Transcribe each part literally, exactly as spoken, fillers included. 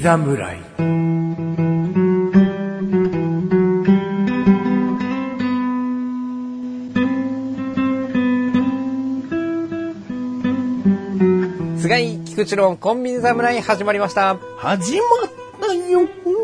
侍。 菅井菊池のコンビニ侍始まりました。 始まったよ。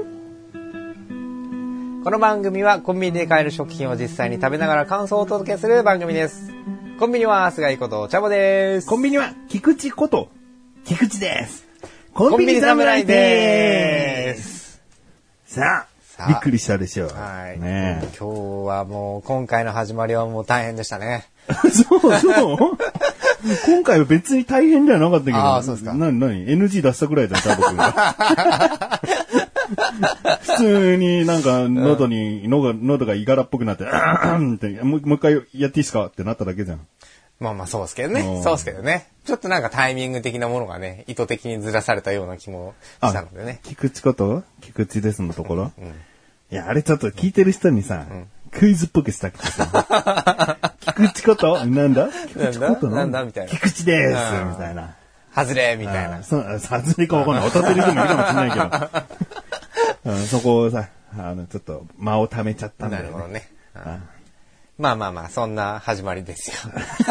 この番組はコンビニで買える食品を実際に食べながら感想をお届けする番組です。コンビニは菅井ことチャボです。 コンビニは菊池こと菊池です。コンビニ侍です。さあ、びっくりしたでしょう。 はい、 ね、 今日はもう今回の始まりはもう大変でしたね。 そうそう今回は別に大変ではなかったけど。 ああ、そうですか。 なになに エヌジー 出したくらいじゃん、チャボ君が。普通になんか喉に、うん、喉が、喉がいがらっぽくなって、あーってもう、もう一回やっていいですかってなっただけじゃん。 まあまあそうですけどね。そうですけどね。ちょっとなんかタイミング的なものがね、意図的にずらされたような気もしたのでね。 菊池こと菊池ですのところ、うんうん、いや、あれちょっと聞いてる人にさ、うん、クイズっぽくしたくてさ、菊池ことなんだ菊池ことなんだみたいな。 菊池です、うん、みたいな。 外れみたいな。 そう、外れかわかんない。当たってる人もいるかもしれないけど。うん、そこをさ、あの、ちょっと間を溜めちゃったんだよね。 なるほどね。まあまあまあ、そんな始まりですよ。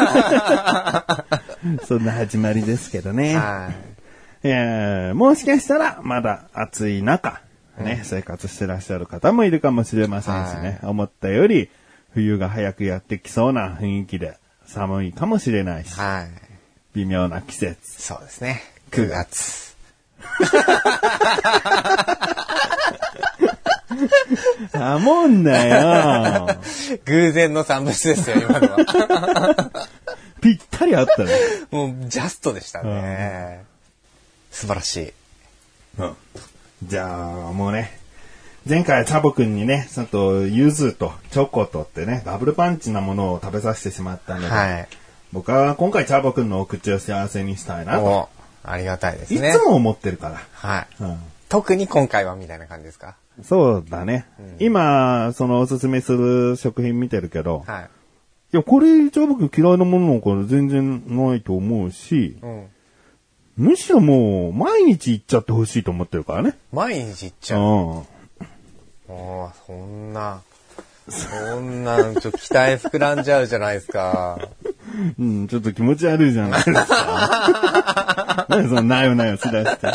そんな始まりですけどね。 はい。 いや、もしかしたら、まだ暑い中、ね、うん、生活してらっしゃる方もいるかもしれませんしね。思ったより、冬が早くやってきそうな雰囲気で、寒いかもしれないし。 はい。 微妙な季節。 そうですね。くがつ。 あもんなよ。 偶然の産物ですよ、今のは。 ぴったりあったね。 もう、ジャストでしたね。素晴らしい。 うん。じゃあ、もうね、前回チャボくんにね、ちょっと、柚子とチョコとってね、ダブルパンチなものを食べさせてしまったので、はい、僕は今回チャボくんのお口を幸せにしたいなと。 ありがたいですね。 いつも思ってるから。 はい。うん、特に今回はみたいな感じですか？ そうだね。うん、今、そのおすすめする食品見てるけど、 はい。いや、これ、チャボくん嫌いなものなんか全然ないと思うし、うん、むしろもう、毎日行っちゃってほしいと思ってるからね。 毎日行っちゃう。うん。ああ、そんな、そんな、ちょっと期待膨らんじゃうじゃないですか。 うん、ちょっと気持ち悪いじゃないですか。何そのなよなよしだして。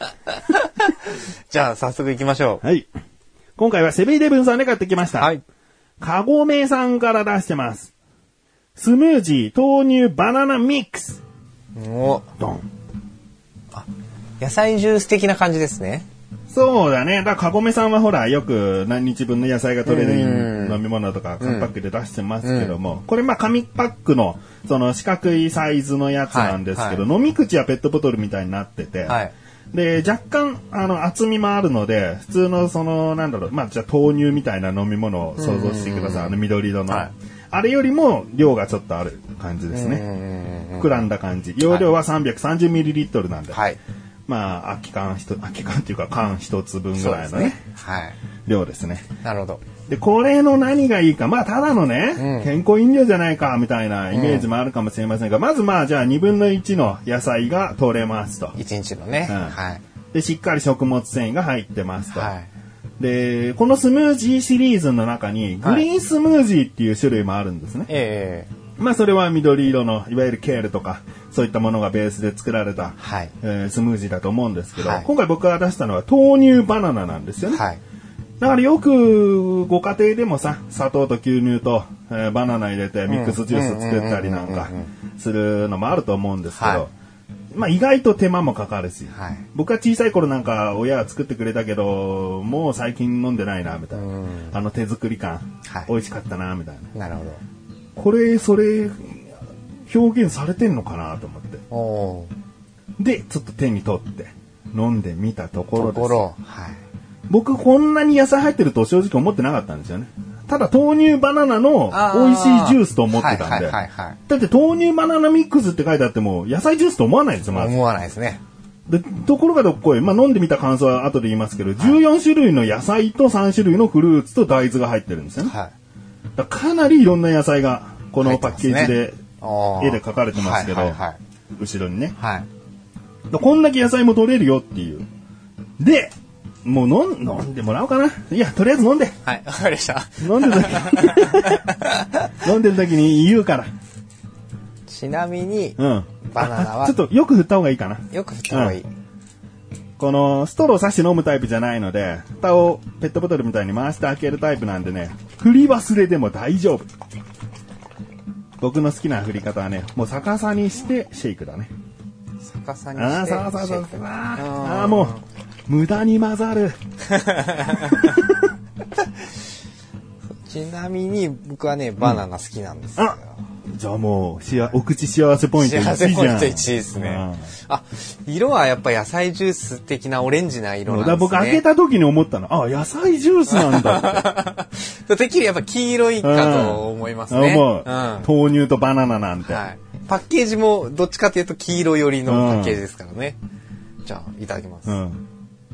じゃあ、早速行きましょう。はい。今回はセブンイレブンさんで買ってきました。 はい。 カゴメさんから出してます。スムージー豆乳バナナミックス。 おドン。 あ、野菜ジュース的な感じですね。 そうだね。だからカゴメさんはほら、よく何日分の野菜が取れる飲み物とか紙パックで出してますけども、うん、これまあ紙パックのその四角いサイズのやつなんですけど、はいはい、飲み口はペットボトルみたいになってて、はい、で、若干、あの、厚みもあるので、普通のその、なんだろう、まあ、じゃあ豆乳みたいな飲み物を想像してください。あの緑色の、はい。あれよりも量がちょっとある感じですね。膨らんだ感じ。容量は さんびゃくさんじゅうミリリットル なんで。はい。まあ、空き缶一、空き缶っていうか缶一つ分ぐらいのね。ねはい。量ですね。 なるほど。 で、これの何がいいか、まあ、ただのね、うん、健康飲料じゃないか、みたいなイメージもあるかもしれませんが、うん、まずまあ、じゃあにぶんのいちの野菜が取れますと。 いちにちのね。うん、はい。 で、しっかり食物繊維が入ってますと。はい。で、このスムージーシリーズの中に、グリーンスムージーっていう種類もあるんですね。はい、ええー。まあ、それは緑色の、いわゆるケールとか、そういったものがベースで作られた、はい、えー、スムージーだと思うんですけど、はい、今回僕が出したのは豆乳バナナなんですよね。はい。だからよくご家庭でもさ、砂糖と牛乳と、えー、バナナ入れてミックスジュース作ったりなんかするのもあると思うんですけど、はい、まあ意外と手間もかかるし、はい、僕は小さい頃なんか親は作ってくれたけど、もう最近飲んでないな、みたいな。あの手作り感、はい、美味しかったな、みたいな。 なるほど。 これ、それ、表現されてんのかなと思って。おで、ちょっと手に取って飲んでみたところです。ところ、はい。僕こんなに野菜入ってると正直思ってなかったんですよね。ただ豆乳バナナの美味しいジュースと思ってたんで。はいはいはいはい、だって豆乳バナナミックスって書いてあっても野菜ジュースと思わないですよ、まず。 思わないですね。 で、ところがどっこい、まあ飲んでみた感想は後で言いますけど、はい、じゅうよんしゅるいの野菜とさんしゅるいのフルーツと大豆が入ってるんですよね。はい、だかなりいろんな野菜がこのパッケージで、絵で描かれてますけど、はいはいはい、後ろにね、はい、こんだけ野菜も取れるよっていう。 で、もう飲ん、飲んでもらおうかな。いや、とりあえず飲んで。 はい、わかりました。 飲んでる時飲んでる時に言うから。 ちなみに、 うん、 バナナは。 ちょっとよく振った方がいいかな。 よく振った方がいい。うん、 このストロー刺して飲むタイプじゃないので、蓋をペットボトルみたいに回して開けるタイプなんでね、振り忘れでも大丈夫。僕の好きな振り方はね、もう逆さにしてシェイクだね。 逆さにしてシェイク。 ああ、そうそうそう。ああ、もう、無駄に混ざる。 ちなみに僕はね、バナナ好きなんですよ。 うん、じゃあもう、しあお口幸せポイントいちじゃん。 幸せポイントいちですね。うん、あ、色はやっぱ野菜ジュース的なオレンジな色なんですね。 僕開けた時に思ったの、あ、野菜ジュースなんだって。 てっきりやっぱ黄色いかと思いますね。 思う、うん。豆乳とバナナなんて、 はい。パッケージもどっちかというと黄色寄りのパッケージですからね。うん、じゃあ、いただきます。うん、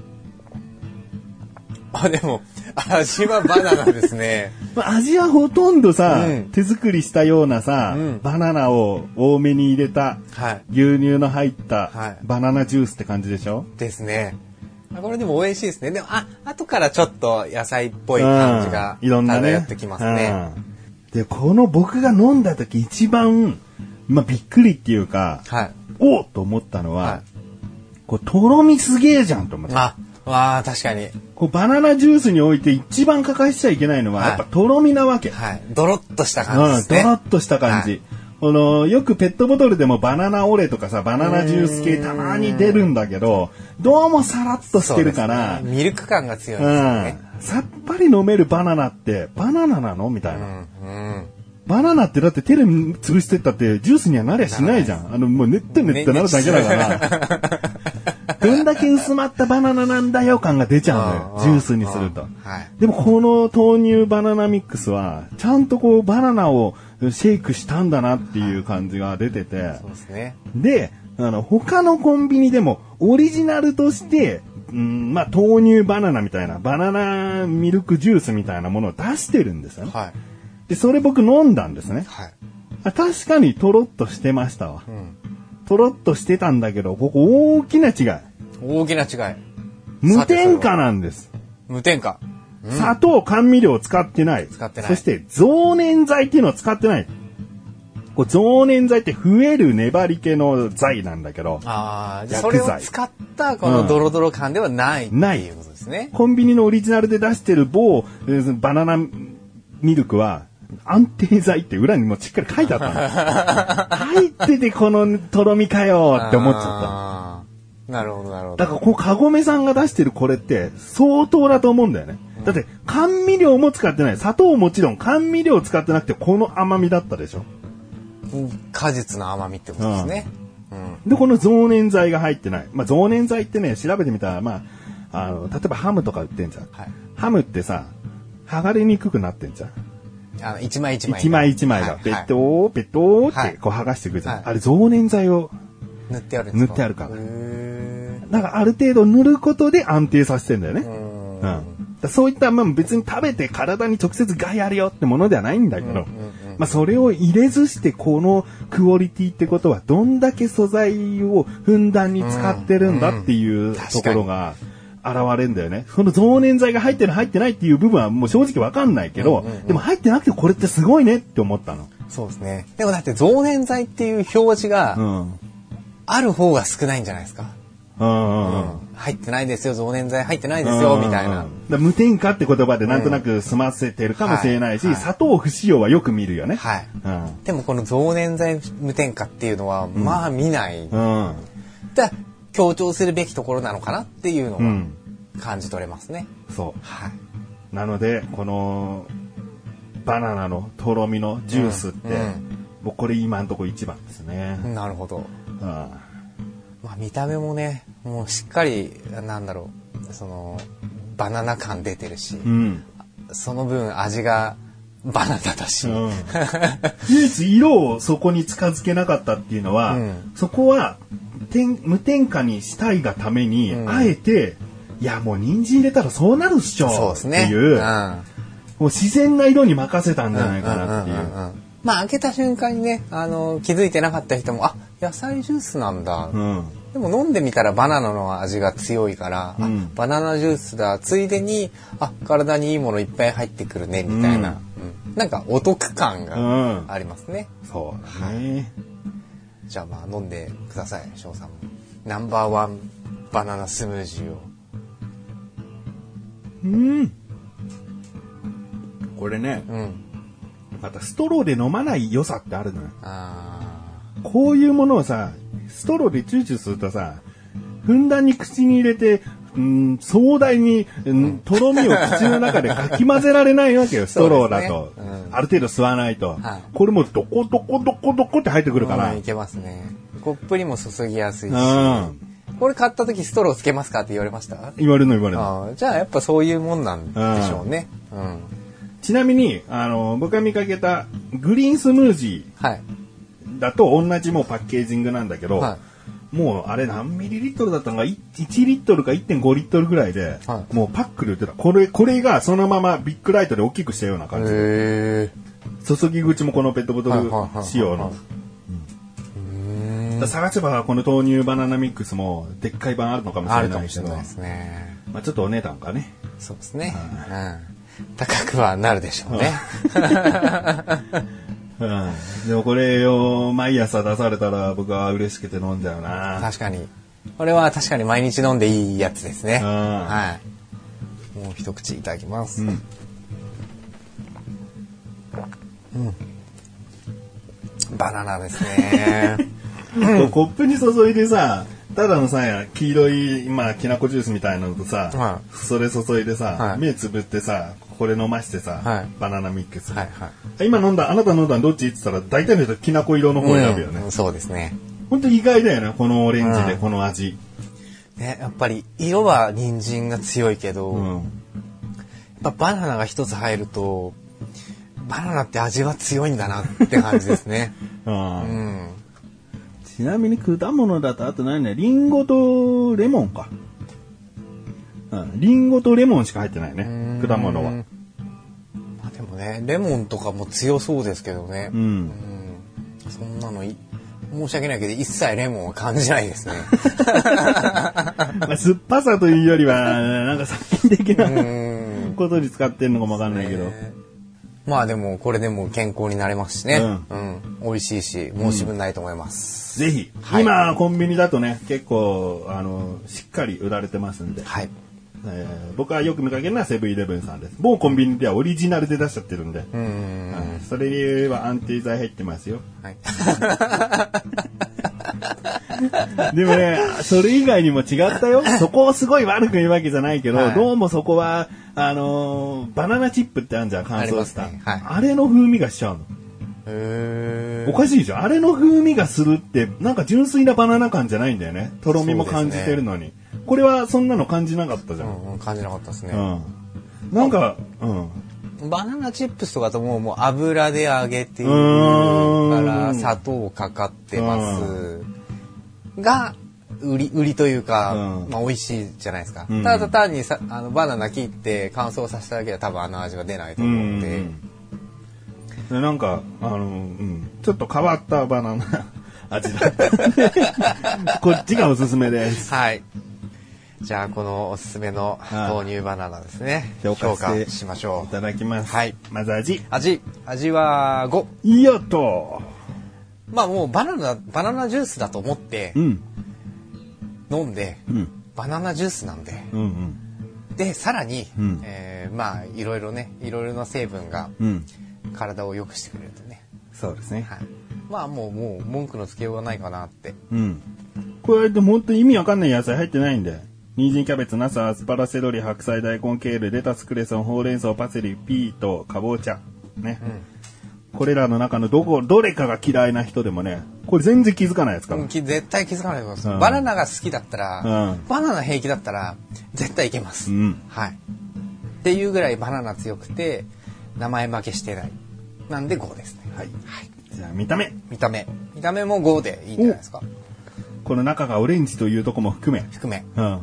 あ、でも、味はバナナですね。 味はほとんどさ、うん、手作りしたようなさ、うん、バナナを多めに入れた、はい、牛乳の入ったバナナジュースって感じでしょ？ ですね。これでも美味しいですね。でも、あ、後からちょっと野菜っぽい感じが漂ってきますね。うん、 で、この僕が飲んだ時一番、まあ、びっくりっていうか、はい、おーと思ったのは、はい、これとろみすげえじゃんと思って。 あ、わあ、確かに。 こうバナナジュースにおいて一番欠かしちゃいけないのは、はい、やっぱとろみなわけ。 はい。ドロッとした感じですね。 うん、ドロッとした感じ。はい、このよくペットボトルでもバナナオレとかさ、バナナジュース系たまに出るんだけど、どうもさらっとしてるから、 ね、ミルク感が強いですよね、 うん。さっぱり飲めるバナナってバナナなのみたいな。うんうん、バナナってだって手で潰してったってジュースにはなりゃしないじゃん。あのもう練って練ってなるだけだから。どんだけ薄まったバナナなんだよ感が出ちゃうのよ。ジュースにすると。はい、でもこの豆乳バナナミックスはちゃんとこうバナナをシェイクしたんだなっていう感じが出てて。はい、 そうですね。 で、あの他のコンビニでもオリジナルとして、うん、まあ豆乳バナナみたいなバナナミルクジュースみたいなものを出してるんですよね。はい、でそれ僕飲んだんですね。はい、あ、確かにとろっとしてましたわ。うん、とろっとしてたんだけど、ここ大きな違い。 大きな違い。 無添加なんです。 無添加。 うん、砂糖、甘味料を使ってない。 使ってない。 そして増粘剤っていうのを使ってない。こう増粘剤って増える粘り気の剤なんだけど。 ああ、じゃあそれを使ったこのドロドロ感ではない、うん、っていうことですね。 コンビニのオリジナルで出してる某バナナミルクは安定剤って裏にもしっかり書いてあったの。入っててこのとろみかよって思っちゃった。 なるほどなるほど。 だからこうカゴメさんが出してるこれって相当だと思うんだよね。うん、だって甘味料も使ってない。砂糖もちろん甘味料使ってなくてこの甘みだったでしょ。 果実の甘みってことですね。 うんうん、でこの増粘剤が入ってない。まあ増粘剤ってね調べてみたらまああの例えばハムとか売ってんじゃん。はい、ハムってさ剥がれにくくなってんじゃん。 あの一枚一枚一枚一枚がペットーペットーってこう剥がしていくじゃん。はい、あれ増粘剤を塗ってあるんですか？ 塗ってあるから。だからある程度塗ることで安定させてんだよね。うんうん、だそういったまあ別に食べて体に直接害あるよってものではないんだけど、うんうんうん、まあそれを入れずしてこのクオリティってことはどんだけ素材をふんだんに使ってるんだっていうところが現れるんだよね。その増粘剤が入ってる入ってないっていう部分はもう正直わかんないけど、うんうんうん、でも入ってなくてこれってすごいねって思ったの。 そうですね。でもだって増粘剤っていう表示が、うんある方が少ないんじゃないですか。うんうんうん、入ってないですよ、増粘剤入ってないですよ、みたいな。 だ無添加って言葉でなんとなく済ませてるかもしれないし、うんはい、砂糖不使用はよく見るよね。はい。 うん、でもこの増粘剤無添加っていうのは、まあ見ない。うん。だ強調するべきところなのかなっていうのは感じ取れますね。 うん、そう。はい。なので、このバナナのとろみのジュースって、うんうん、もうこれ今のところ一番ですね。 なるほど。ああまあ、見た目もねもうしっかりなんだろうそのバナナ感出てるし、うん、その分味がバナナだし、うん、 唯一色をそこに近づけなかったっていうのは、うん、そこは無添加にしたいがために、うん、あえていやもう人参入れたらそうなるっしょっていう、うん、もう自然な色に任せたんじゃないかなっていう。 まあ開けた瞬間にね、あの気づいてなかった人もあ野菜ジュースなんだっでも飲んでみたらバナナの味が強いから、うん、バナナジュースだ、ついでにあ体にいいものいっぱい入ってくるねみたいな、うんうん、なんかお得感がありますね、 うん、そうだね、はい、 じゃあまあ飲んでください、翔さんもナンバーワンバナナスムージーを。 うんこれね、うん、またストローで飲まない良さってあるのよ。あこういうものをさストローでチューチューするとさ、ふんだんに口に入れて、うん、壮大に、うん、とろみを口の中でかき混ぜられないわけよ、ストローだと。ねうん、ある程度吸わないと。はい、これもどこどこどこどこって入ってくるから。 うん、いけますね。コップにも注ぎやすいし。うん、これ買った時ストローつけますかって言われました？ 言われるの言われるの。 じゃあやっぱそういうもんなんでしょうね。うん、 ちなみに、あの、僕が見かけたグリーンスムージー。はいだと同じもうパッケージングなんだけど、はい、もうあれ何ミリリットルだったのかいちリットルか いってんごリットルぐらいで、はい、もうパックで売ってた。これこれがそのままビッグライトで大きくしたような感じで、注ぎ口もこのペットボトル仕様の。探せばこの豆乳バナナミックスもでっかい版あるのかもしれないけど、ですね、まあちょっとお値段かね。 そうですね。うん、高くはなるでしょうね。 うん、でもこれを毎朝出されたら僕は嬉しくて飲んじゃうな。 確かにこれは確かに毎日飲んでいいやつですね。はい、もう一口いただきます。うん、うん、バナナですね。 コップに注いでさ、ただのさ黄色いまあきなこジュースみたいなのとさ、はい、それ注いでさ、はい、目つぶってさこれ飲ましてさ、はい、バナナミックス、はいはい、今飲んだあなた飲んだどっちって言ったら大体の人きなこ色の方選ぶよね、 うん、そうですね。 本当意外だよねこのオレンジでこの味、 うん、ね、やっぱり色は人参が強いけど、うん、やっぱバナナが一つ入るとバナナって味は強いんだなって感じですね。うん、うんちなみに果物だとあと何ね、リンゴとレモンか。うん、リンゴとレモンしか入ってないね、果物は。まあでもね、レモンとかも強そうですけどね。うん。うん、そんなのい申し訳ないけど一切レモンは感じないですね。 まあ、酸っぱさというよりはなんか殺菌的なことに使ってるのかもわかんないけど。 まあでもこれでも健康になれますしね、うんうん、美味しいし申し分ないと思います、 うん、ぜひ、はい、今コンビニだとね結構あのしっかり売られてますんで、はい、えー、僕はよく見かけるのはセブンイレブンさんです。某コンビニではオリジナルで出しちゃってるんで、うんうんうん、それは安定剤入ってますよ、はい、でもねそれ以外にも違ったよ。そこをすごい悪く言うわけじゃないけど、はい、どうもそこはあのー、バナナチップってあるじゃん、乾燥した あ,、ねはい、あれの風味がしちゃうの。へー、おかしいじゃん。あれの風味がするってなんか純粋なバナナ感じゃないんだよね。とろみも感じてるのに、ね、これはそんなの感じなかったじゃん、 うんうん、感じなかったですね、 うん、なんか、 うん、バナナチップスとかともう、もう油で揚げているから砂糖かかってますが売り売りというか、うん、まあ美味しいじゃないですか、うん、ただ単にさあのバナナ切って乾燥させただけでは多分あの味は出ないと思うので、うんでなんかあの、うん、ちょっと変わったバナナ味だこっちがおすすめです。 はい、じゃあこのおすすめの豆乳バナナですね、評価しましょう。 いただきます、はい、まず味味味はご。 いいよと、 まあもうバナナバナナジュースだと思って、うん飲んで、うん、バナナジュースなんで、うんうん、でさらに、うんえー、まあいろいろねいろいろな成分が体を良くしてくれるとね、 そうですね、 はい、まあもうもう文句のつけようがないかなって、 うん、これでも本当に意味わかんない野菜入ってないんで、人参キャベツナスアスパラセロリ白菜大根ケールレタスクレソンほうれん草パセリピートかぼちゃね、うん、これらの中のどこどれかが嫌いな人でもねこれ全然気づかないやつから、うん、 絶対気づかないと思います、うん、バナナが好きだったら、うん、バナナ平気だったら絶対いけます、うん、はいっていうぐらいバナナ強くて名前負けしてないなんでごですね。はい、はい、 じゃあ見た目見た目見た目もごでいいんじゃないですか。 この中がオレンジというとこも含め含め、うんうん、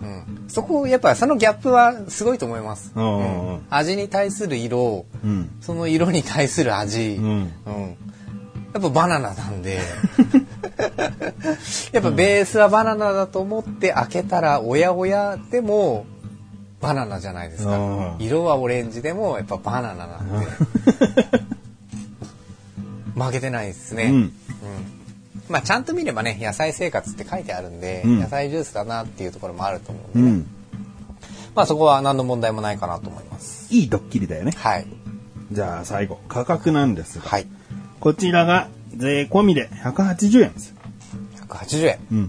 そこやっぱそのギャップはすごいと思います、うんうん、味に対する色、うん、その色に対する味、うんうん、やっぱバナナなんでやっぱベースはバナナだと思って開けたらおやおやでもバナナじゃないですか。色はオレンジでもやっぱバナナなんで負けてないですね、うんうん、まあちゃんと見ればね野菜生活って書いてあるんで、うん、野菜ジュースだなっていうところもあると思うんでね、うん、まあそこは何の問題もないかなと思います。 いいドッキリだよね。 はい。 じゃあ最後価格なんですが、はい、こちらが税込みでひゃくはちじゅうえんです。 ひゃくはちじゅうえん。うん。う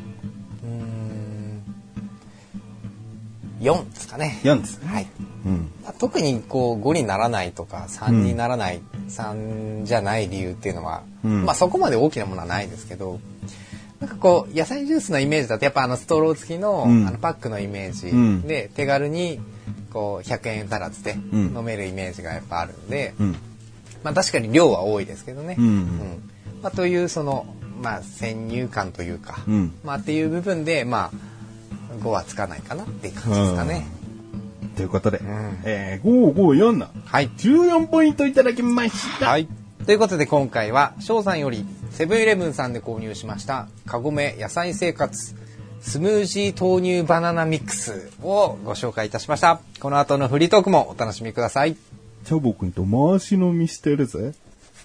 ーん。よんですかね。 よんです。 はい。うん。特にこうごにならないとかさんにならない、うん、さんじゃない理由っていうのは、うん、まあそこまで大きなものはないですけど、なんかこう野菜ジュースのイメージだとやっぱあのストロー付きの、うん、あのパックのイメージ、うん、で手軽にこうひゃくえん足らずで飲めるイメージがやっぱあるんで、うん、まあ確かに量は多いですけどね。うんうんうんまあ、というそのまあ先入観というか、うんまあっていう部分でまあごはつかないかなっていう感じですかね。 ということで、うんえー、ごひゃくごじゅうよんのじゅうよんポイントいただきました。 はい。ということで今回は翔さんよりセブンイレブンさんで購入しましたカゴメ野菜生活スムージー豆乳バナナミックスをご紹介いたしました。この後のフリートークもお楽しみください。 チャボくんと回し飲みしてるぜ。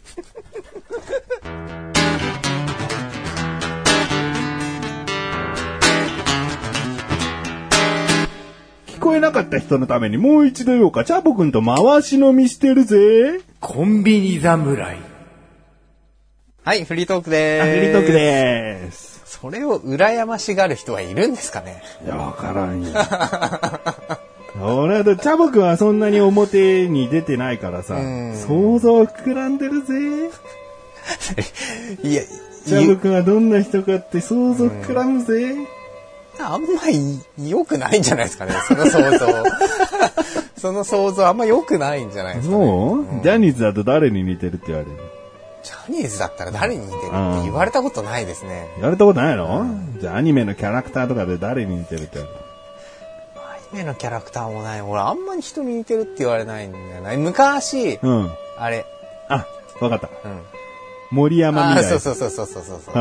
聞こえなかった人のためにもう一度言おうか。チャボくんと回し飲みしてるぜ。 コンビニ侍。はい、フリートークでーす。 フリートークでーす。 それを羨ましがる人はいるんですかね。 いや、わからんよ。俺はチャボくんはそんなに表に出てないからさ、想像膨らんでるぜ。いや、チャボくんはどんな人かって想像膨らむぜ。 あんまり良くないんじゃないですかね、その想像。その想像あんま良くないんじゃないですかね。 そう、うん、ジャニーズだと誰に似てるって言われる？ ジャニーズだったら誰に似てるって言われたことないですね。 言われたことないの？うん、じゃあアニメのキャラクターとかで誰に似てるって言われる？ アニメのキャラクターもない。俺あんまり人に似てるって言われないんだよな。昔、うん、あれ。 あ、わかった。うん森山未来。 あ、そうそうそうそうそうそう。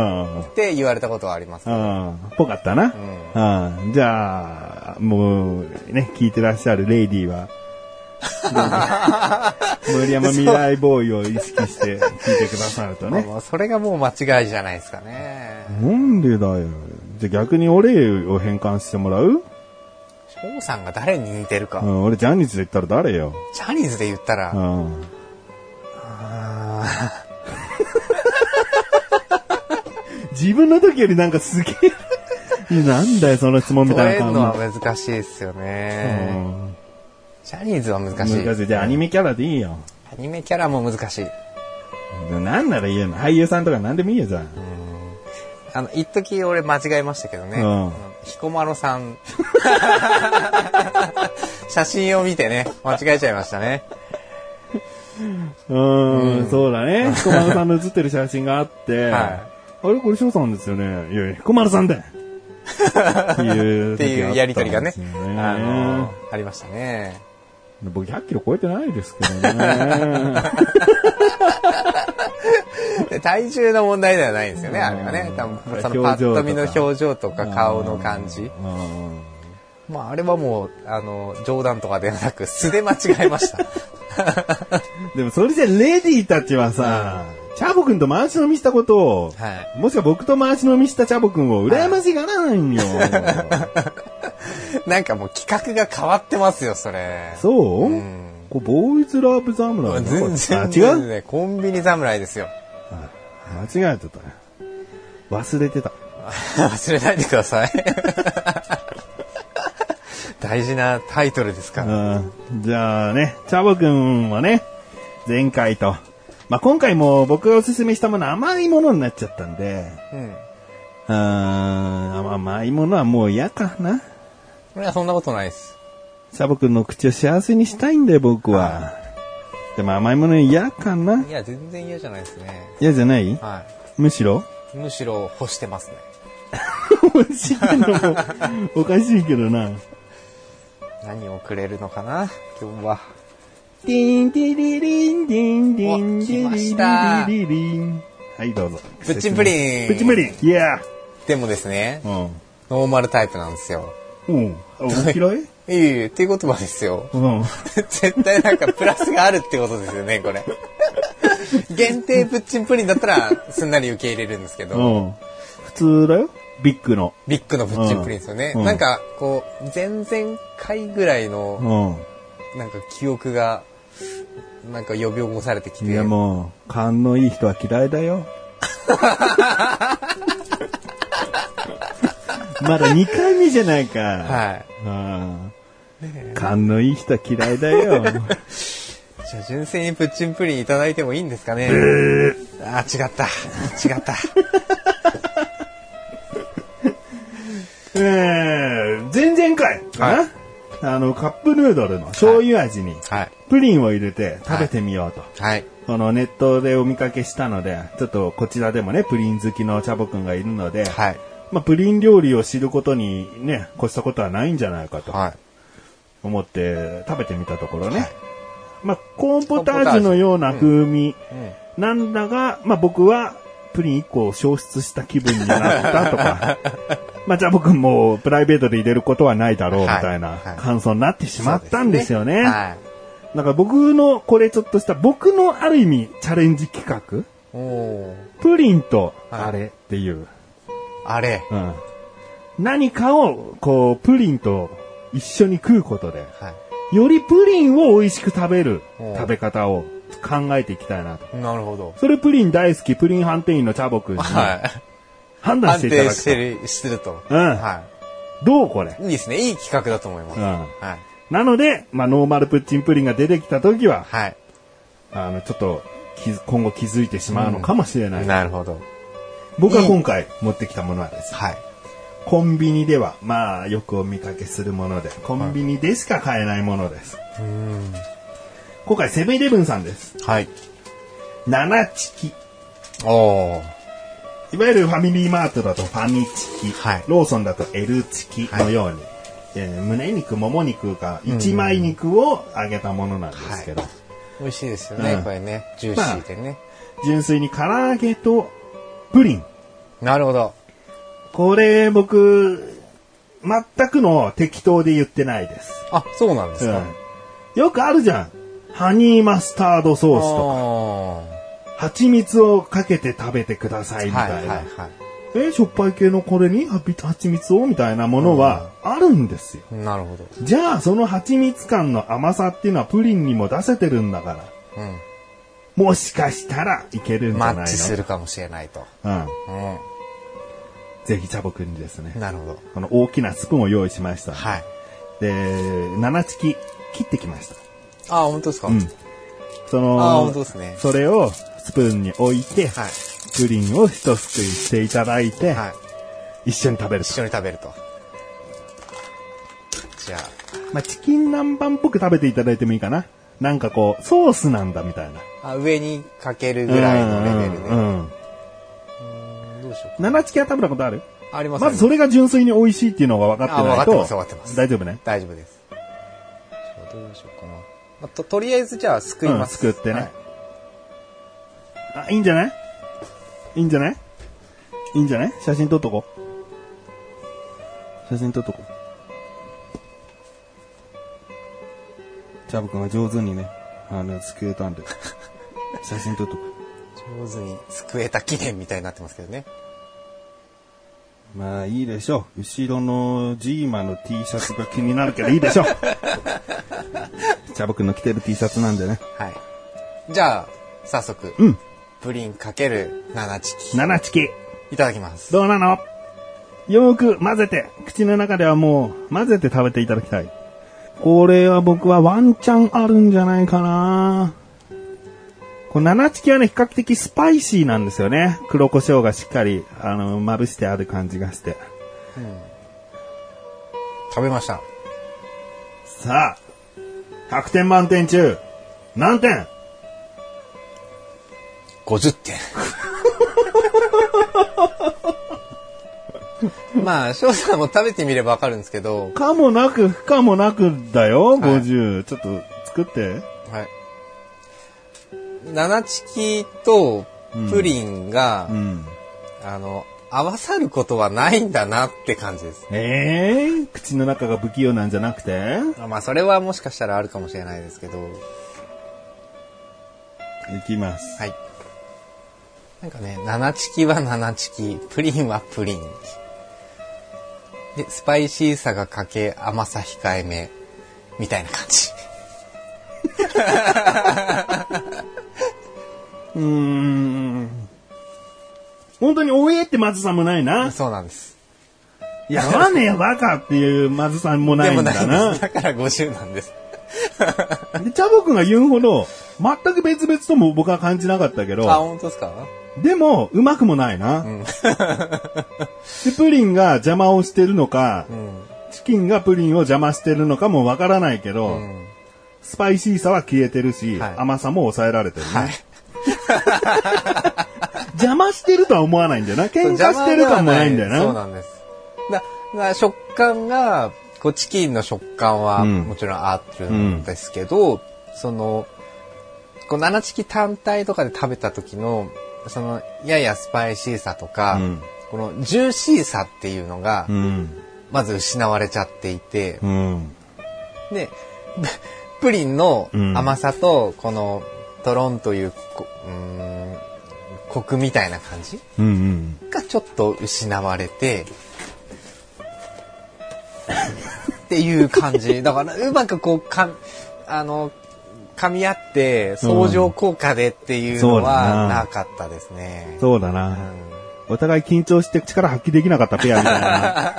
って言われたことはあります、ね。 ああ、ぽかったな。うん、あじゃあ、もう、ね、聞いてらっしゃるレイディーは、森山未来ボーイを意識して聞いてくださるとね。 まあ、それがもう間違いじゃないですかね。 なんでだよ。じゃあ逆に俺を変換してもらう？ 翔さんが誰に似てるか。 うん、俺ジャニーズで言ったら誰よ。 ジャニーズで言ったら。うん、あ自分の時よりなんかすげえなんだよその質問みたいな感じ。 例えるのは難しいですよね、うん、ジャニーズは難しい。 難しい。じゃあアニメキャラでいいよ。 アニメキャラも難しい。 なんならいいよ。俳優さんとかなんでもいいよじゃあ。うんあの一時俺間違えましたけどね、うん、彦摩呂さん写真を見てね間違えちゃいましたね。 うーん、うん、そうだね。彦摩呂さんの写ってる写真があって、はい、あれこれ翔さんですよね。いやいや彦摩呂さんだよっていうっていうやりとりがね、あのー、ありましたね。 僕ひゃっキロ超えてないですけどね。 体重の問題ではないんですよね、あれはね。多分そのパッと見の表情とか顔の感じ。まああれはもうあの冗談とかではなく素で間違えました。 でもそれじゃレディーたちはさ、うん、チャボくんと回し飲みしたことを、はい、もしくは僕と回し飲みしたチャボくんを羨ましがらないんよ。 なんかもう企画が変わってますよそれ。 そう？うん、こうボーイズラブ侍。 全然違うね。コンビニ侍ですよ。 間違えてた。忘れてた。 忘れないでください。大事なタイトルですから。 じゃあね、チャボくんはね、前回と、まあ、今回も僕がおすすめしたもの甘いものになっちゃったんで、うん、あ甘いものはもう嫌かな。 いや、そんなことないです。 チャボくんの口を幸せにしたいんだよ、僕は。はい、でも甘いもの嫌かな。 いや、全然嫌じゃないですね。 嫌じゃない？はい。むしろ？ むしろ欲してますね。 欲してんのもおかしいけどな。 何をくれるのかな今日は。 ディンディリリンディンディンディリリリリン。 はいどうぞ。 プッチンプリン。 プッチンプリン。イエー。 でもですね、 うん、 ノーマルタイプなんですよ。 うん。お嫌い？ いえいえ、っていう言葉ですよ。うん。絶対なんかプラスがあるってことですよね、これ。限定プッチンプリンだったらすんなり受け入れるんですけど。 うん。普通だよ。ビッグの。 ビッグのプッチンプリンですよね。うん、なんかこう、前々回ぐらいの、うん、なんか記憶が、なんか呼び起こされてきて。 いやもう、勘のいい人は嫌いだよ。まだにかいめじゃないか。はい。あね、勘のいい人は嫌いだよ。じゃあ純正にプッチンプリンいただいてもいいんですかね。えー、あ違った違った。 えー、前々回かな、はい、あのカップヌードルの醤油味にプリンを入れて食べてみようと、はいはい、このネットでお見かけしたので、ちょっとこちらでもねプリン好きのチャボくんがいるので、はい、まあ、プリン料理を知ることにね越したことはないんじゃないかと思って食べてみたところね、はい、まあ、コーンポタージュのような風味なんだが、まあ、僕はプリンいっこを消失した気分になったとかまあ、じゃあ僕もプライベートで入れることはないだろうみたいな感想になってしまったんですよね。はい、だから僕のこれちょっとした僕のある意味チャレンジ企画、プリンとあれっていう、 あれ、 うん、何かをこうプリンと一緒に食うことで、はい、よりプリンを美味しく食べる食べ方を考えていきたいなと。 なるほど。 それプリン大好きプリン判定員のチャボくんに、はい、判断していただくと。 判定してる、すると。 うん。はい。どうこれ？ いいですね。いい企画だと思います。うん。はい。 なので、まあ、ノーマルプッチンプリンが出てきたときは、はい。あの、ちょっと、今後気づいてしまうのかもしれない。 うん、なるほど。 僕は今回持ってきたものはですね、はい。コンビニでは、まあ、よくお見かけするもので、コンビニでしか買えないものです。うん。今回、セブンイレブンさんです。はい。ななチキ。おー。いわゆるファミリーマートだとファミチキ、はい、ローソンだと L チキのように、はい、えー、胸肉、もも肉が一枚肉を揚げたものなんですけど、はい、 美味しいですよね、うん、これね、ジューシーでね、 まあ、純粋に唐揚げとプリン。 なるほど。 これ僕全くの適当で言ってないです。 あ、そうなんですか、うん、 よくあるじゃん、ハニーマスタードソースとか蜂蜜をかけて食べてくださいみたいな、はいはいはい、えしょっぱい系のこれに蜂蜜をみたいなものはあるんですよ、 うん、なるほど。 じゃあその蜂蜜感の甘さっていうのはプリンにも出せてるんだから、うん、もしかしたらいけるんじゃないの、 マッチするかもしれないと、うんうん、 ぜひチャボくんにですね、 なるほど、 この大きなスプーンを用意しました、はい、でななチキ切ってきました。 あ、本当ですか、うん、 そのあ、本当ですね。 それをスプーンに置いて、はい、プリンを一すくいしていただいて、はい、一緒に食べると。 一緒に食べると。じゃあ、 まあ、チキン南蛮っぽく食べていただいてもいいかな。なんかこうソースなんだみたいな。 あ、上にかけるぐらいのレベルで。うん。うん、 どうしよう。七チキは食べたことある？ あります。 まずそれが純粋に美味しいっていうのが分かってないと。 分かってます、分かってます。 大丈夫ね。 大丈夫です。どうしようかな。まあ、と, とりあえずじゃあすくいます。 うん、すくってね。はい、あ、いいんじゃない？いいんじゃない？いいんじゃない？写真撮っとこう。写真撮っとこう。チャボくんが上手にね、あの、すくえたんで。写真撮っとこう。上手にすくえた記念みたいになってますけどね。 まあいいでしょう。後ろのジーマの T シャツが気になるけどいいでしょう。チャボくんの着てる T シャツなんでね。 はい。じゃあ、早速。 うん。 プリンかけるななチキ。 ななチキ。 いただきます。 どうなの？よーく混ぜて、口の中ではもう混ぜて食べていただきたい。これは僕はワンチャンあるんじゃないかな。このななチキはね、比較的スパイシーなんですよね。黒胡椒がしっかり、あの、まぶしてある感じがして。うん、 食べました。 さあ、ひゃくてん満点中、何点？ ごじゅってん。まあ、翔さんも食べてみればわかるんですけど。 かもなく、不可もなくだよ、はい、ごじゅう。ちょっと作って。 はい。ななチキとプリンが、 うん、 あの、合わさることはないんだなって感じです。 えー、口の中が不器用なんじゃなくて？ まあ、それはもしかしたらあるかもしれないですけど。 いきます。 はい。なんかね、七チキは七チキ、プリンはプリン。で、スパイシーさがかけ、甘さ控えめ、みたいな感じ。 うーん。本当におえってまずさもないな。 そうなんです。 いや、合わねえよ、バカっていうまずさもないんだな。 でもないんです。だからごじゅうなんです。 で、チャボくんが言うほど、全く別々とも僕は感じなかったけど。 あ、本当ですか？ でも、うまくもないな。うん、で、プリンが邪魔をしてるのか、うん、チキンがプリンを邪魔してるのかもわからないけど、うん、スパイシーさは消えてるし、はい、甘さも抑えられてるね。はい、邪魔してるとは思わないんだよな。喧嘩してる感もないんだよな。 そうなんです。だだ食感が、こうチキンの食感はもちろんあるんですけど、うん、その、こう七チキ単体とかで食べた時の、そのややスパイシーさとか、うん、このジューシーさっていうのが、うん、まず失われちゃっていて、うん、でプリンの甘さとこのトロンという、うん、コクみたいな感じ、うんうん、がちょっと失われてっていう感じだからうまくこうかあの噛み合って相乗効果でっていうのはなかったですね。 そうだな。うん、お互い緊張して力発揮できなかったペアみたいな。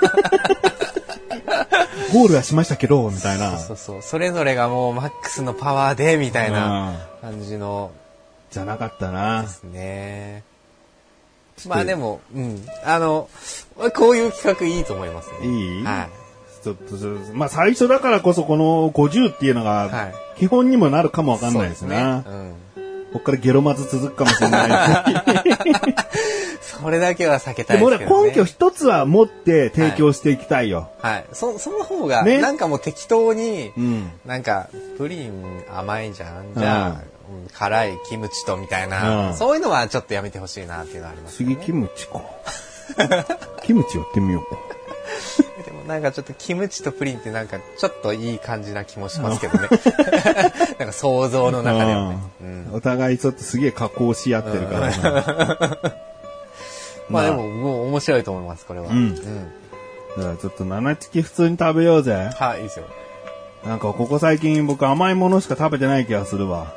ゴールはしましたけどみたいな。 そうそうそう。それぞれがもうマックスのパワーでみたいな感じの、 うん、じゃなかったな。 ですね。まあでも、うん、あのこういう企画いいと思いますね。 いい？ はい。 ちょっとまあ最初だからこそこのごじゅうっていうのが基本にもなるかもわかんないですね。はい、うん、こっからゲロマズ続くかもしれないそれだけは避けたいですけどね。 でも俺根拠一つは持って提供していきたいよ。 はい。はい、そその方が、ね、なんかもう適当に、うん、なんかプリン甘いじゃん、じゃあ、うん、辛いキムチとみたいな、うん、そういうのはちょっとやめてほしいなっていうのはありますね。 次キムチか。キムチ寄ってみようか。 でもなんかちょっとキムチとプリンってなんかちょっといい感じな気もしますけどね。なんか想像の中ではね。 うん、お互いちょっとすげえ加工し合ってるからな。 まあでももう面白いと思いますこれは。うん。うん、 だからちょっと七チキ普通に食べようぜ。 はい、いいですよ。 なんかここ最近僕甘いものしか食べてない気がするわ。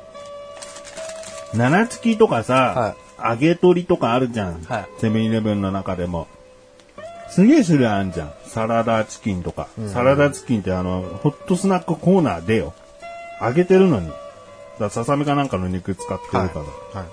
七チキとかさ、はい、揚げ鶏とかあるじゃん。はい、セブンイレブンの中でも。すげえ種類あんじゃん。サラダチキンとか。うん、サラダチキンってあの、ホットスナックコーナーでよ。揚げてるのに。だからささみかなんかの肉使ってるから。はいはい、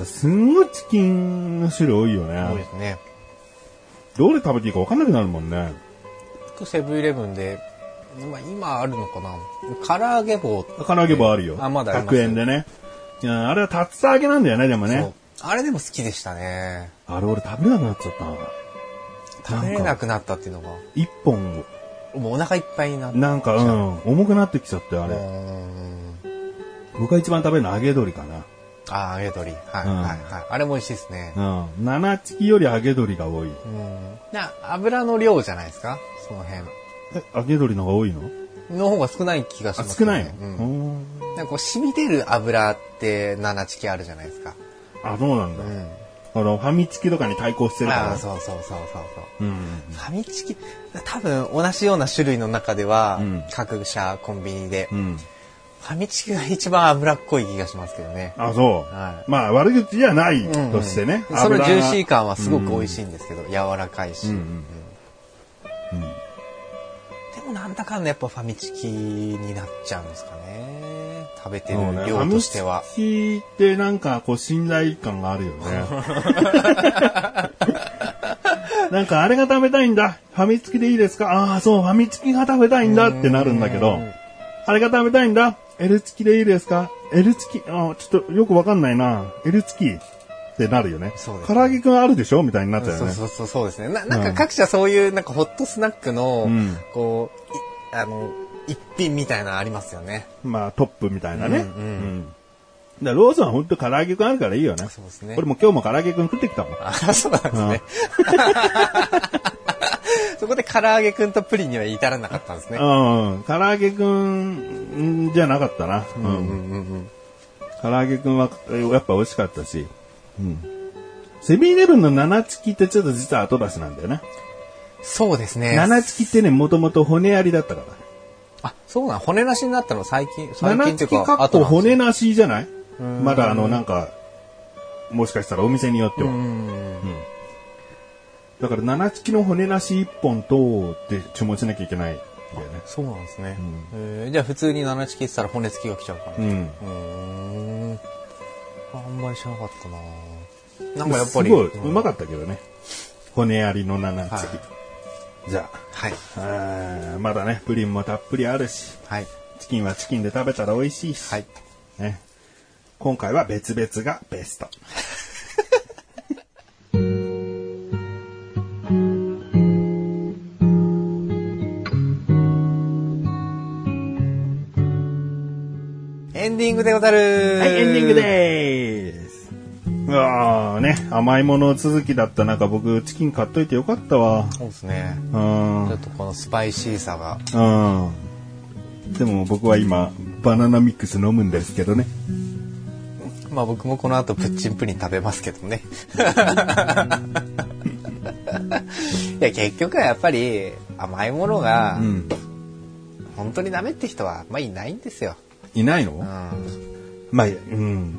すんごいチキンの種類多いよね。 多いですね。 どれ食べていいか分かんなくなるもんね。 セブンイレブンで、まあ、今あるのかな。唐揚げ棒。 唐揚げ棒あるよ。 あ、まだあります。 ひゃくえんでね。いや、あれは竜田揚げなんだよね、でもね。 あれでも好きでしたね。 あれ俺食べれなくなっちゃったな。 食べれなくなったっていうのが。 一本。 もうお腹いっぱいになって。 なんか、うん、重くなってきちゃってあれ。僕が一番食べるのは揚げ鶏かな。 ああ、揚げ鶏。はい、うん、はい、はい。あれも美味しいですね。 うん。七チキより揚げ鶏が多い。うん。 な、油の量じゃないですかその辺。 え、揚げ鶏の方が多いのの方が少ない気がしますね。 少ないの、 うん、なんかこう染み出る油って七チキあるじゃないですか。 あ、そうなんだ。うん。あの、ファミチキとかに対抗してるから。 あ、そうそうそうそうそう。うん。ファミチキ、多分同じような種類の中では、うん、各社コンビニで、うん、ファミチキが一番脂っこい気がしますけどね。 あ、そう。はい、まあ、悪口じゃないとしてね。 うんうん、そのジューシー感はすごく美味しいんですけど、うん、柔らかいし。うんうんうん、でもなんだかんだやっぱファミチキになっちゃうんですかね。食べてる量としては。 ファミチキってなんかこう信頼感があるよね。なんかあれが食べたいんだ。ファミチキでいいですか？ああ、そう、ファミチキが食べたいんだってなるんだけど、あれが食べたいんだ。L チキでいいですか？ L チキ、あ、ちょっとよくわかんないな。L チキってなるよね。そうですね。唐揚げくんあるでしょみたいになっちゃうよね。 そうそうそう、そうですね。な、なんか各社そういうなんかホットスナックの、うん、こう、あの、一品みたいなのありますよね。 まあトップみたいなね。うんうんうん、 だローソンは本当唐揚げくんあるからいいよね。 そうですね。 俺も今日も唐揚げくん食ってきたもん。 あ、そうなんですね。そこで唐揚げくんとプリンには至らなかったんですね。 うん。唐揚げくんじゃなかったな。うんうんうんうん。唐揚げくんはやっぱ美味しかったし。うん。セブンイレブンの七チキってちょっと実は後出しなんだよね。 そうですね。 七チキってね、もともと骨ありだったから。 あ、そうなん、骨なしになったの最近、最近っていうか、あと骨なしじゃない？まだあの、なんか、もしかしたらお店によっては。うんうんだから七チキの骨なし一本とで注文しなきゃいけないんだよね。 そうなんですね。うん、えー、じゃあ普通に七チキって言ったら骨付きが来ちゃうから、ね。うん。うん。あんまり知らなかったな。なんかやっぱりすごいうまかったけどね。骨ありの七チキ。はい、じゃあ、 はい。 あまだねプリンもたっぷりあるし、 はい。 チキンはチキンで食べたら美味しいし、 はい。 ね。今回は別々がベスト。 エンディングでござる。 はい、エンディングでーす。うわーね、甘いもの続きだった中、僕チキン買っといてよかったわ。 そうですね。 うん。 ちょっとこのスパイシーさが。 うん。でも僕は今バナナミックス飲むんですけどね。 まあ僕もこの後プッチンプリン食べますけどね。いや結局はやっぱり甘いものが、うん、本当にダメって人はまあいないんですよ。 いないの？うん、まあ、うん、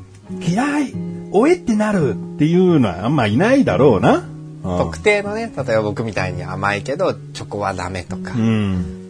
嫌い、おえってなるっていうのはあんまいないだろうな。 うん、特定のね、例えば僕みたいに甘いけどチョコはダメとか、うん、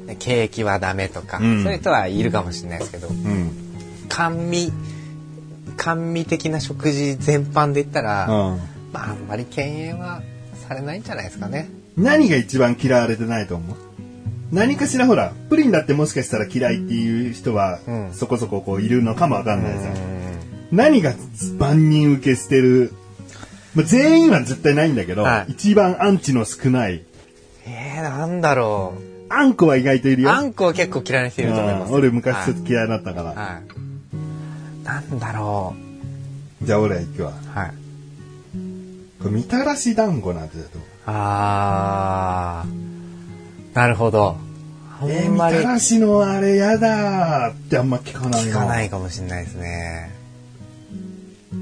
ケーキはダメとか、うん、そういう人はいるかもしれないですけど、うん、甘味甘味的な食事全般で言ったら、うん、まああんまり敬遠はされないんじゃないですかね。 何が一番嫌われてないと思う？何かしらほらプリンだってもしかしたら嫌いっていう人は、うん、そこそここういるのかもわかんないですよ。何が万人受けしてる、まあ、全員は絶対ないんだけど、はい、一番アンチの少ない。 えー、なんだろう。あんこは意外といるよ。 あんこは結構嫌いな人いると思います。 俺昔ちょっと嫌いだったから。はいはい、 なんだろう。じゃあ俺行くわ。はい。これみたらし団子なんてだと。 あー。なるほど。 えー、みたらしのあれやだーってあんま聞かないな。聞かないかもしれないですね。 うん、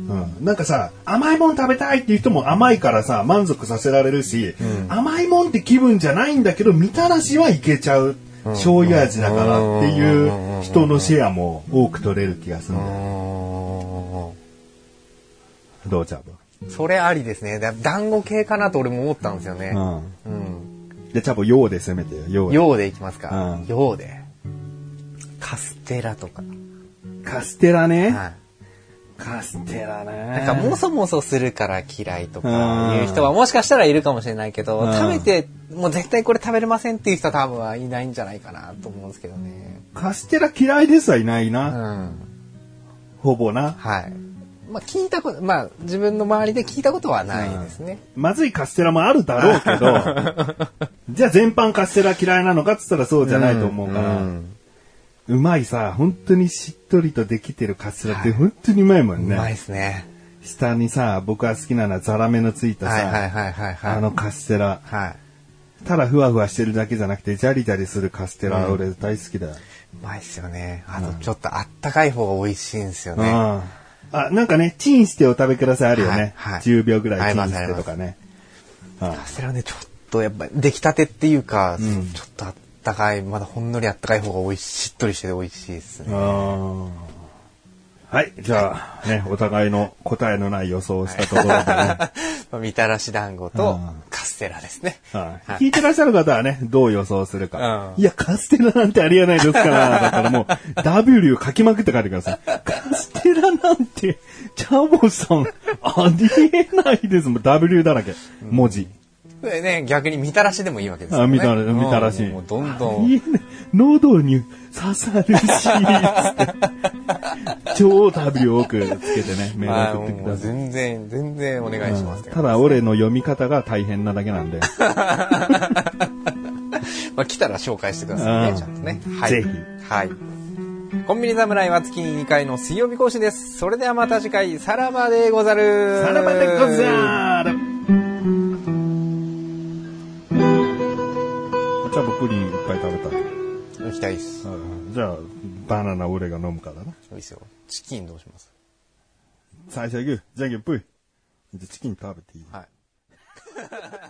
なんかさ、甘いもん食べたいっていう人も甘いからさ、満足させられるし、うん、甘いもんって気分じゃないんだけど、みたらしはいけちゃう。うん、醤油味だからっていう人のシェアも多く取れる気がするんだよ。どうちゃう？ それありですね。団子系かなと俺も思ったんですよね。うん。うんで、チャボ、洋で攻めてよ、洋で。洋でいきますか。うん、洋で。カステラとか。 カステラね。はい、カステラね。 なんか、もそもそするから嫌いとかいう人はもしかしたらいるかもしれないけど、食べて、もう絶対これ食べれませんっていう人は多分はいないんじゃないかなと思うんですけどね。 カステラ嫌いですはいないな。うん。ほぼな。 はい。まあ聞いたこと、まあ自分の周りで聞いたことはないですね。 うん、まずいカステラもあるだろうけど、じゃあ全般カステラ嫌いなのかって言ったらそうじゃないと思うから、うん、うまいさ、本当にしっとりとできてるカステラって本当にうまいもんね。 うまいですね。 下にさ、僕が好きなのはザラメのついたさ、はいはいはいはいはい、あのカステラ、はい。ただふわふわしてるだけじゃなくてジャリジャリするカステラ、うん、俺大好きだよ。 うまいっすよね。あとちょっとあったかい方が美味しいんですよね。うんあ、なんかね、チンしてお食べくださいあるよね。はいはい、じゅうびょうぐらいチンしてとかね。 カステラね、ちょっとやっぱり出来たてっていうか、うん、ちょっとあったかい、まだほんのりあったかい方が美味しい、しっとりしてて美味しいですね。 はい、じゃあね、お互いの答えのない予想をしたところでね。 はい、みたらし団子とカステラですね。 はい、聞いてらっしゃる方はね、どう予想するか。いや、カステラなんてありえないですから、だからもう ダブリュー 書きまくって書いてください。カステラなんて、チャボさん、ありえないですもん。ダブリュー だらけ。文字。 それね、逆にみたらしでもいいわけですよね。あ、 みたらし、みたらし。 もうどんどん。 喉に刺さるし、超 ダブリュー 多くつけてね、メール送ってください。 全然、全然お願いします。 ただ、俺の読み方が大変なだけなんで。 まあ、来たら紹介してくださいね、ちゃんとね。 はい。ぜひ。 はい。 コンビニ侍は月ににかいの水曜日更新です。それではまた次回、さらばでござる。 さらばでござる。じゃあ僕プリンいっぱい食べたい。 行きたいっす。 じゃあ、バナナ俺が飲むからな。 いいっすよ。チキンどうします？ 最初はグー、じゃんけんぽい。じゃあチキン食べていい？ はい。